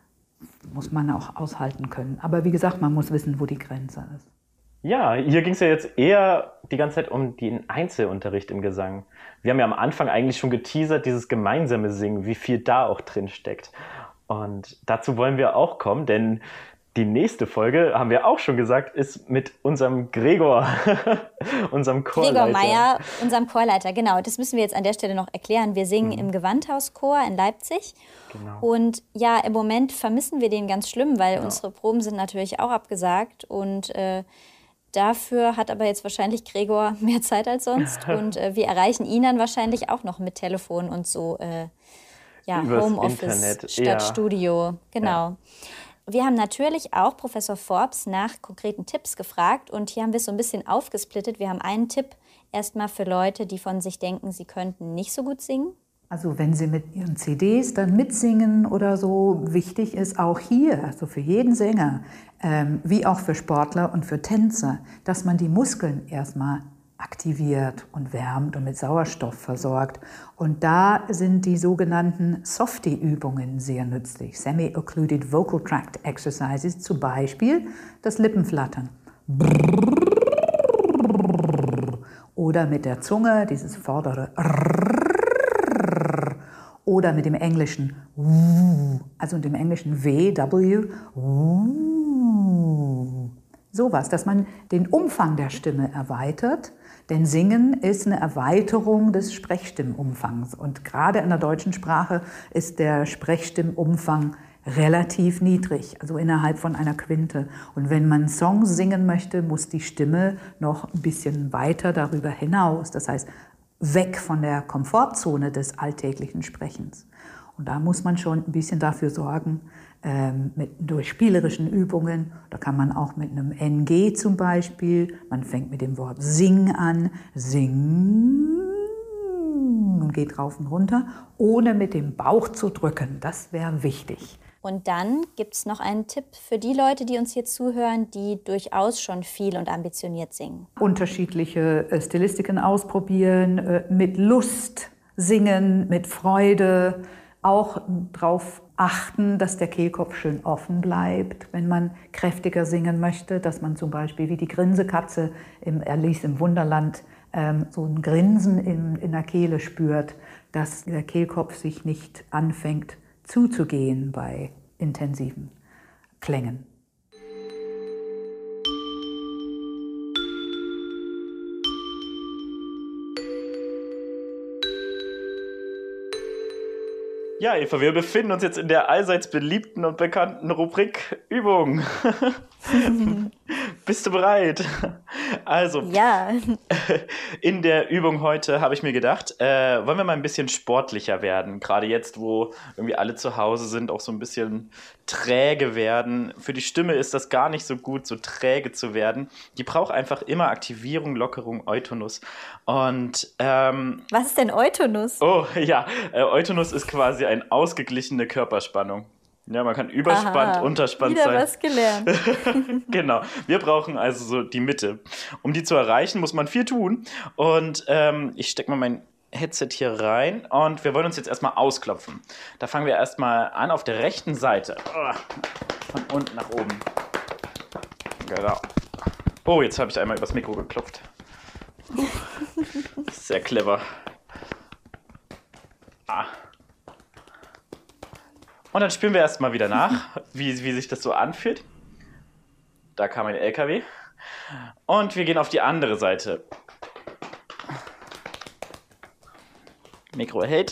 Muss man auch aushalten können. Aber wie gesagt, man muss wissen, wo die Grenze ist. Ja, hier ging es ja jetzt eher die ganze Zeit um den Einzelunterricht im Gesang. Wir haben ja am Anfang eigentlich schon geteasert, dieses gemeinsame Singen, wie viel da auch drin steckt. Und dazu wollen wir auch kommen, denn die nächste Folge, haben wir auch schon gesagt, ist mit unserem Gregor, unserem Chorleiter. Gregor Meyer, unserem Chorleiter, genau. Das müssen wir jetzt an der Stelle noch erklären. Wir singen im Gewandhauschor in Leipzig. Genau. Und ja, im Moment vermissen wir den ganz schlimm, weil unsere Proben sind natürlich auch abgesagt. Und dafür hat aber jetzt wahrscheinlich Gregor mehr Zeit als sonst. Und wir erreichen ihn dann wahrscheinlich auch noch mit Telefon und so. Homeoffice statt Studio. Genau. Ja. Wir haben natürlich auch Professor Forbes nach konkreten Tipps gefragt und hier haben wir es so ein bisschen aufgesplittet. Wir haben einen Tipp erstmal für Leute, die von sich denken, sie könnten nicht so gut singen. Also wenn Sie mit Ihren CDs dann mitsingen oder so, wichtig ist auch hier, also für jeden Sänger, wie auch für Sportler und für Tänzer, dass man die Muskeln erstmal aktiviert und wärmt und mit Sauerstoff versorgt. Und da sind die sogenannten Softie-Übungen sehr nützlich. Semi-Occluded Vocal Tract Exercises, zum Beispiel das Lippenflattern. Oder mit der Zunge, dieses vordere. Oder mit dem englischen also dem englischen W, sowas, dass man den Umfang der Stimme erweitert. Denn Singen ist eine Erweiterung des Sprechstimmumfangs. Und gerade in der deutschen Sprache ist der Sprechstimmumfang relativ niedrig, also innerhalb von einer Quinte. Und wenn man Songs singen möchte, muss die Stimme noch ein bisschen weiter darüber hinaus. Das heißt, weg von der Komfortzone des alltäglichen Sprechens. Und da muss man schon ein bisschen dafür sorgen, durch spielerischen Übungen. Da kann man auch mit einem NG zum Beispiel, man fängt mit dem Wort Sing an, Sing, und geht rauf und runter, ohne mit dem Bauch zu drücken. Das wäre wichtig. Und dann gibt es noch einen Tipp für die Leute, die uns hier zuhören, die durchaus schon viel und ambitioniert singen. Unterschiedliche Stilistiken ausprobieren, mit Lust singen, mit Freude, auch darauf achten, dass der Kehlkopf schön offen bleibt, wenn man kräftiger singen möchte, dass man zum Beispiel wie die Grinsekatze im Alice im Wunderland so ein Grinsen in der Kehle spürt, dass der Kehlkopf sich nicht anfängt zuzugehen bei intensiven Klängen. Ja, Eva, wir befinden uns jetzt in der allseits beliebten und bekannten Rubrik Übung. Bist du bereit? Also, ja. In der Übung heute habe ich mir gedacht, wollen wir mal ein bisschen sportlicher werden. Gerade jetzt, wo irgendwie alle zu Hause sind, auch so ein bisschen träge werden. Für die Stimme ist das gar nicht so gut, so träge zu werden. Die braucht einfach immer Aktivierung, Lockerung, Eutonus. Und was ist denn Eutonus? Oh ja, Eutonus ist quasi eine ausgeglichene Körperspannung. Ja, man kann überspannt, unterspannt wieder sein. Wieder was gelernt. Genau, wir brauchen also so die Mitte. Um die zu erreichen, muss man viel tun. Und ich stecke mal mein Headset hier rein und wir wollen uns jetzt erstmal ausklopfen. Da fangen wir erstmal an auf der rechten Seite. Von unten nach oben. Genau. Oh, jetzt habe ich einmal übers Mikro geklopft. Sehr clever. Und dann spüren wir erstmal wieder nach, wie sich das so anfühlt. Da kam ein LKW. Und wir gehen auf die andere Seite. Mikro hält.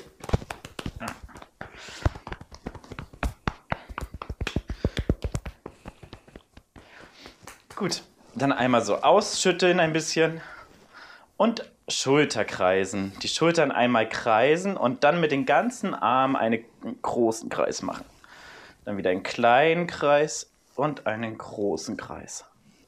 Gut, dann einmal so ausschütteln ein bisschen. Und Schulterkreisen. Die Schultern einmal kreisen und dann mit den ganzen Armen einen großen Kreis machen. Dann wieder einen kleinen Kreis und einen großen Kreis.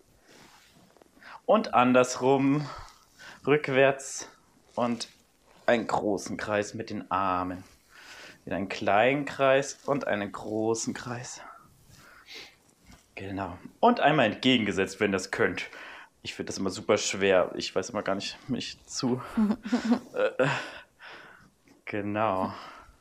Und andersrum, rückwärts und einen großen Kreis mit den Armen. Wieder einen kleinen Kreis und einen großen Kreis. Genau. Und einmal entgegengesetzt, wenn das könnt. Ich finde das immer super schwer. Ich weiß immer gar nicht, mich zu... Genau.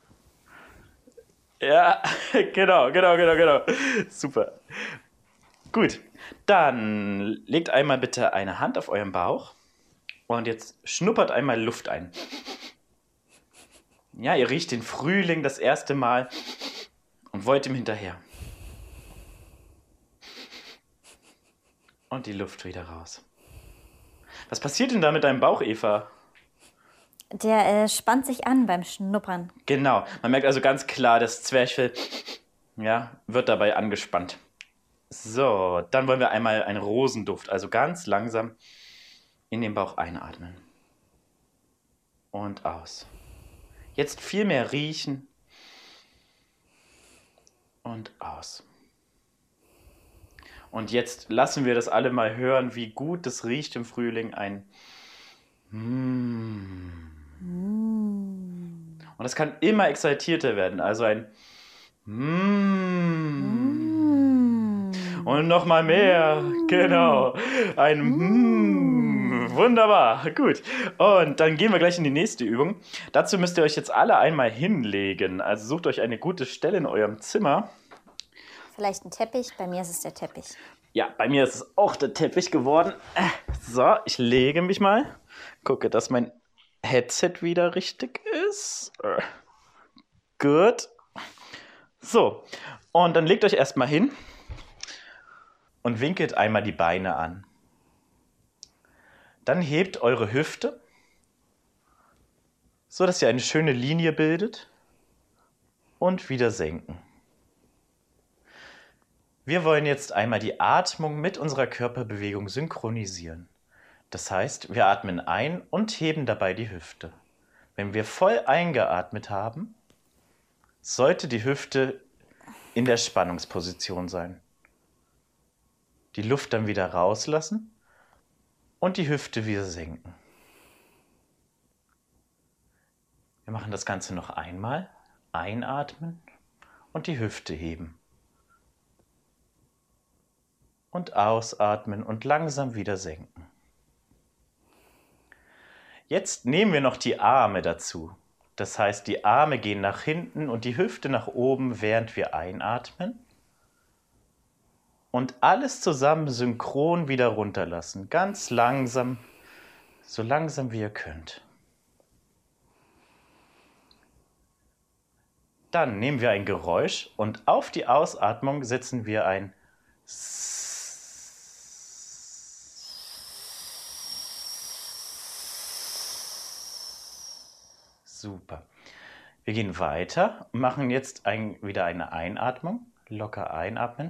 Ja, genau. Super. Gut. Dann legt einmal bitte eine Hand auf euren Bauch und jetzt schnuppert einmal Luft ein. Ja, ihr riecht den Frühling das erste Mal und wollt ihm hinterher. Und die Luft wieder raus. Was passiert denn da mit deinem Bauch, Eva? Der spannt sich an beim Schnuppern. Genau. Man merkt also ganz klar, das Zwerchfell wird dabei angespannt. So, dann wollen wir einmal einen Rosenduft, also ganz langsam in den Bauch einatmen. Und aus. Jetzt viel mehr riechen. Und aus. Und jetzt lassen wir das alle mal hören, wie gut das riecht im Frühling. Und das kann immer exaltierter werden. Also ein Und nochmal mehr. Genau. Ein Wunderbar. Gut. Und dann gehen wir gleich in die nächste Übung. Dazu müsst ihr euch jetzt alle einmal hinlegen. Also sucht euch eine gute Stelle in eurem Zimmer. Vielleicht ein Teppich, bei mir ist es der Teppich. Ja, bei mir ist es auch der Teppich geworden. So, ich lege mich mal. Gucke, dass mein Headset wieder richtig ist. Gut. So, und dann legt euch erstmal hin und winkelt einmal die Beine an. Dann hebt eure Hüfte, so dass ihr eine schöne Linie bildet und wieder senken. Wir wollen jetzt einmal die Atmung mit unserer Körperbewegung synchronisieren. Das heißt, wir atmen ein und heben dabei die Hüfte. Wenn wir voll eingeatmet haben, sollte die Hüfte in der Spannungsposition sein. Die Luft dann wieder rauslassen und die Hüfte wieder senken. Wir machen das Ganze noch einmal. Einatmen und die Hüfte heben. Und ausatmen und langsam wieder senken. Jetzt nehmen wir noch die Arme dazu. Das heißt, die Arme gehen nach hinten und die Hüfte nach oben, während wir einatmen. Und alles zusammen synchron wieder runterlassen. Ganz langsam, so langsam wie ihr könnt. Dann nehmen wir ein Geräusch und auf die Ausatmung setzen wir ein Super. Wir gehen weiter und machen jetzt wieder eine Einatmung. Locker einatmen.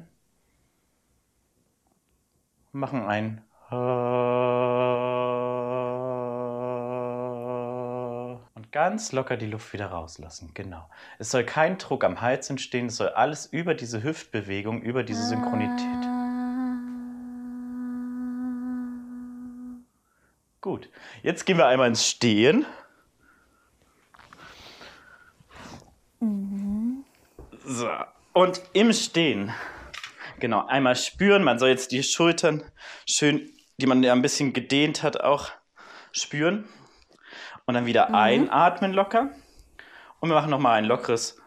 Machen ein und ganz locker die Luft wieder rauslassen. Genau. Es soll kein Druck am Hals entstehen, es soll alles über diese Hüftbewegung, über diese Synchronität. Gut. Jetzt gehen wir einmal ins Stehen. So. Und im Stehen. Genau, einmal spüren. Man soll jetzt die Schultern schön, die man ja ein bisschen gedehnt hat, auch spüren. Und dann wieder einatmen locker. Und wir machen nochmal ein lockeres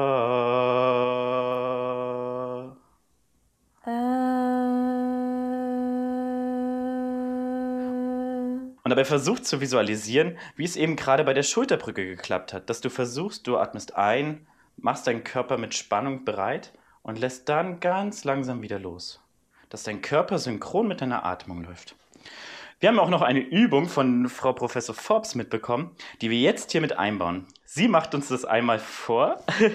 Und dabei versucht zu visualisieren, wie es eben gerade bei der Schulterbrücke geklappt hat. Dass du versuchst, du atmest ein, machst deinen Körper mit Spannung bereit und lässt dann ganz langsam wieder los. Dass dein Körper synchron mit deiner Atmung läuft. Wir haben auch noch eine Übung von Frau Professor Forbes mitbekommen, die wir jetzt hier mit einbauen. Sie macht uns das einmal vor.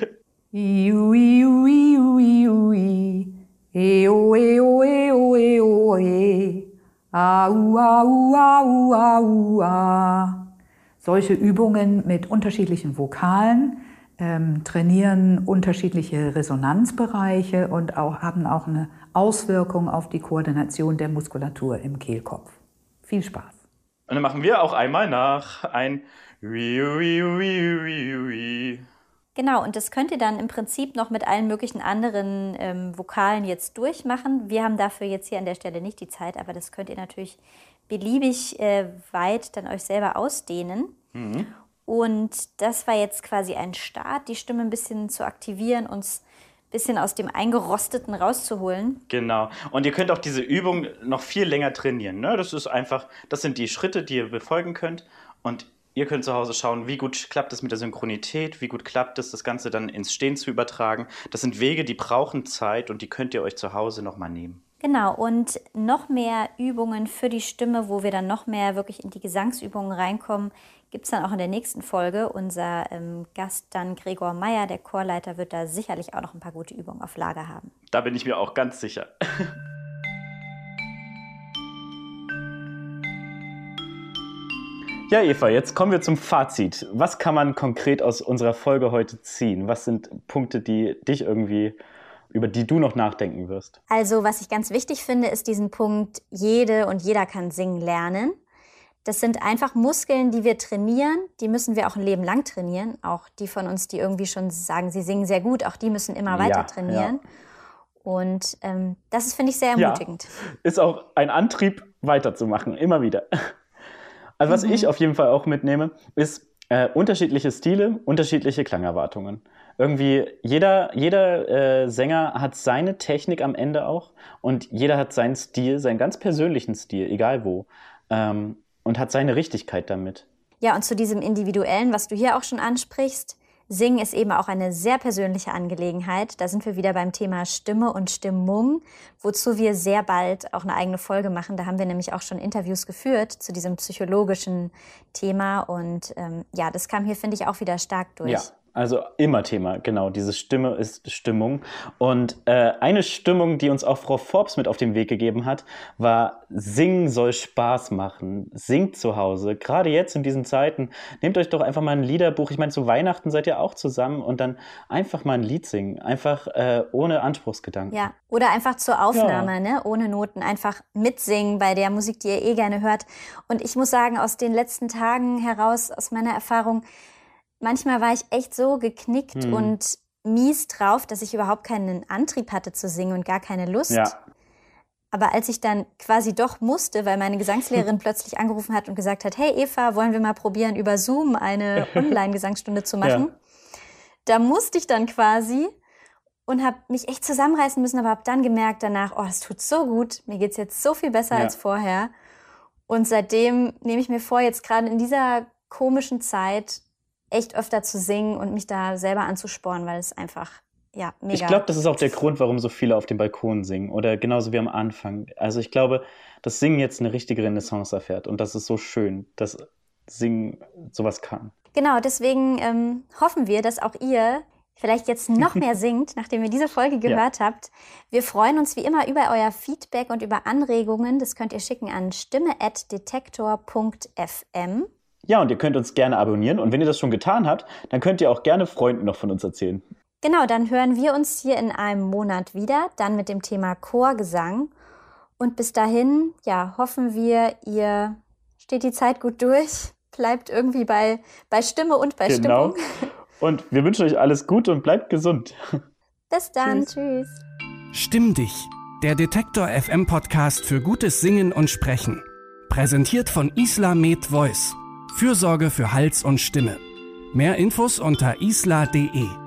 Solche Übungen mit unterschiedlichen Vokalen trainieren unterschiedliche Resonanzbereiche und haben auch eine Auswirkung auf die Koordination der Muskulatur im Kehlkopf. Viel Spaß. Und dann machen wir auch einmal nach ein Genau, und das könnt ihr dann im Prinzip noch mit allen möglichen anderen Vokalen jetzt durchmachen. Wir haben dafür jetzt hier an der Stelle nicht die Zeit, aber das könnt ihr natürlich beliebig weit dann euch selber ausdehnen. Mhm. Und das war jetzt quasi ein Start, die Stimme ein bisschen zu aktivieren, uns ein bisschen aus dem Eingerosteten rauszuholen. Genau. Und ihr könnt auch diese Übung noch viel länger trainieren. Ne? Das sind die Schritte, die ihr befolgen könnt. Und ihr könnt zu Hause schauen, wie gut klappt es mit der Synchronität, wie gut klappt es, das Ganze dann ins Stehen zu übertragen. Das sind Wege, die brauchen Zeit und die könnt ihr euch zu Hause nochmal nehmen. Genau, und noch mehr Übungen für die Stimme, wo wir dann noch mehr wirklich in die Gesangsübungen reinkommen, gibt es dann auch in der nächsten Folge. Unser Gast dann Gregor Meyer, der Chorleiter, wird da sicherlich auch noch ein paar gute Übungen auf Lager haben. Da bin ich mir auch ganz sicher. Ja, Eva, jetzt kommen wir zum Fazit. Was kann man konkret aus unserer Folge heute ziehen? Was sind Punkte, über die du noch nachdenken wirst? Also, was ich ganz wichtig finde, ist diesen Punkt, jede und jeder kann singen lernen. Das sind einfach Muskeln, die wir trainieren. Die müssen wir auch ein Leben lang trainieren. Auch die von uns, die irgendwie schon sagen, sie singen sehr gut, auch die müssen immer weiter trainieren. Ja. Und das ist, finde ich, sehr ermutigend. Ja, ist auch ein Antrieb, weiterzumachen, immer wieder. Also was ich auf jeden Fall auch mitnehme, ist unterschiedliche Stile, unterschiedliche Klangerwartungen. Irgendwie jeder Sänger hat seine Technik am Ende auch und jeder hat seinen Stil, seinen ganz persönlichen Stil, egal wo, und hat seine Richtigkeit damit. Ja, und zu diesem Individuellen, was du hier auch schon ansprichst, Singen ist eben auch eine sehr persönliche Angelegenheit. Da sind wir wieder beim Thema Stimme und Stimmung, wozu wir sehr bald auch eine eigene Folge machen. Da haben wir nämlich auch schon Interviews geführt zu diesem psychologischen Thema. Und das kam hier, finde ich, auch wieder stark durch. Ja, Also immer Thema, genau. Diese Stimme ist Stimmung. Und eine Stimmung, die uns auch Frau Forbes mit auf den Weg gegeben hat, war: Singen soll Spaß machen. Singt zu Hause. Gerade jetzt in diesen Zeiten. Nehmt euch doch einfach mal ein Liederbuch. Ich meine, zu Weihnachten seid ihr auch zusammen und dann einfach mal ein Lied singen. Einfach ohne Anspruchsgedanken. Ja, oder einfach zur Aufnahme, ne? Ohne Noten. Einfach mitsingen bei der Musik, die ihr gerne hört. Und ich muss sagen, aus den letzten Tagen heraus, aus meiner Erfahrung, manchmal war ich echt so geknickt und mies drauf, dass ich überhaupt keinen Antrieb hatte zu singen und gar keine Lust. Ja. Aber als ich dann quasi doch musste, weil meine Gesangslehrerin plötzlich angerufen hat und gesagt hat, hey Eva, wollen wir mal probieren, über Zoom eine Online-Gesangsstunde zu machen? Da musste ich dann quasi und habe mich echt zusammenreißen müssen, aber habe dann gemerkt danach, oh, es tut so gut, mir geht's jetzt so viel besser als vorher. Und seitdem nehme ich mir vor, jetzt gerade in dieser komischen Zeit echt öfter zu singen und mich da selber anzuspornen, weil es einfach, mega. Ich glaube, das ist auch der Grund, warum so viele auf dem Balkon singen oder genauso wie am Anfang. Also ich glaube, dass Singen jetzt eine richtige Renaissance erfährt und das ist so schön, dass Singen sowas kann. Genau, deswegen hoffen wir, dass auch ihr vielleicht jetzt noch mehr singt, nachdem ihr diese Folge gehört habt. Wir freuen uns wie immer über euer Feedback und über Anregungen. Das könnt ihr schicken an stimme@detektor.fm. Ja, und ihr könnt uns gerne abonnieren. Und wenn ihr das schon getan habt, dann könnt ihr auch gerne Freunden noch von uns erzählen. Genau, dann hören wir uns hier in einem Monat wieder, dann mit dem Thema Chorgesang. Und bis dahin, hoffen wir, ihr steht die Zeit gut durch, bleibt irgendwie bei Stimme und bei Stimmung. Und wir wünschen euch alles Gute und bleibt gesund. Bis dann, tschüss. Stimm dich, der Detektor FM Podcast für gutes Singen und Sprechen. Präsentiert von Isla Med Voice. Fürsorge für Hals und Stimme. Mehr Infos unter isla.de.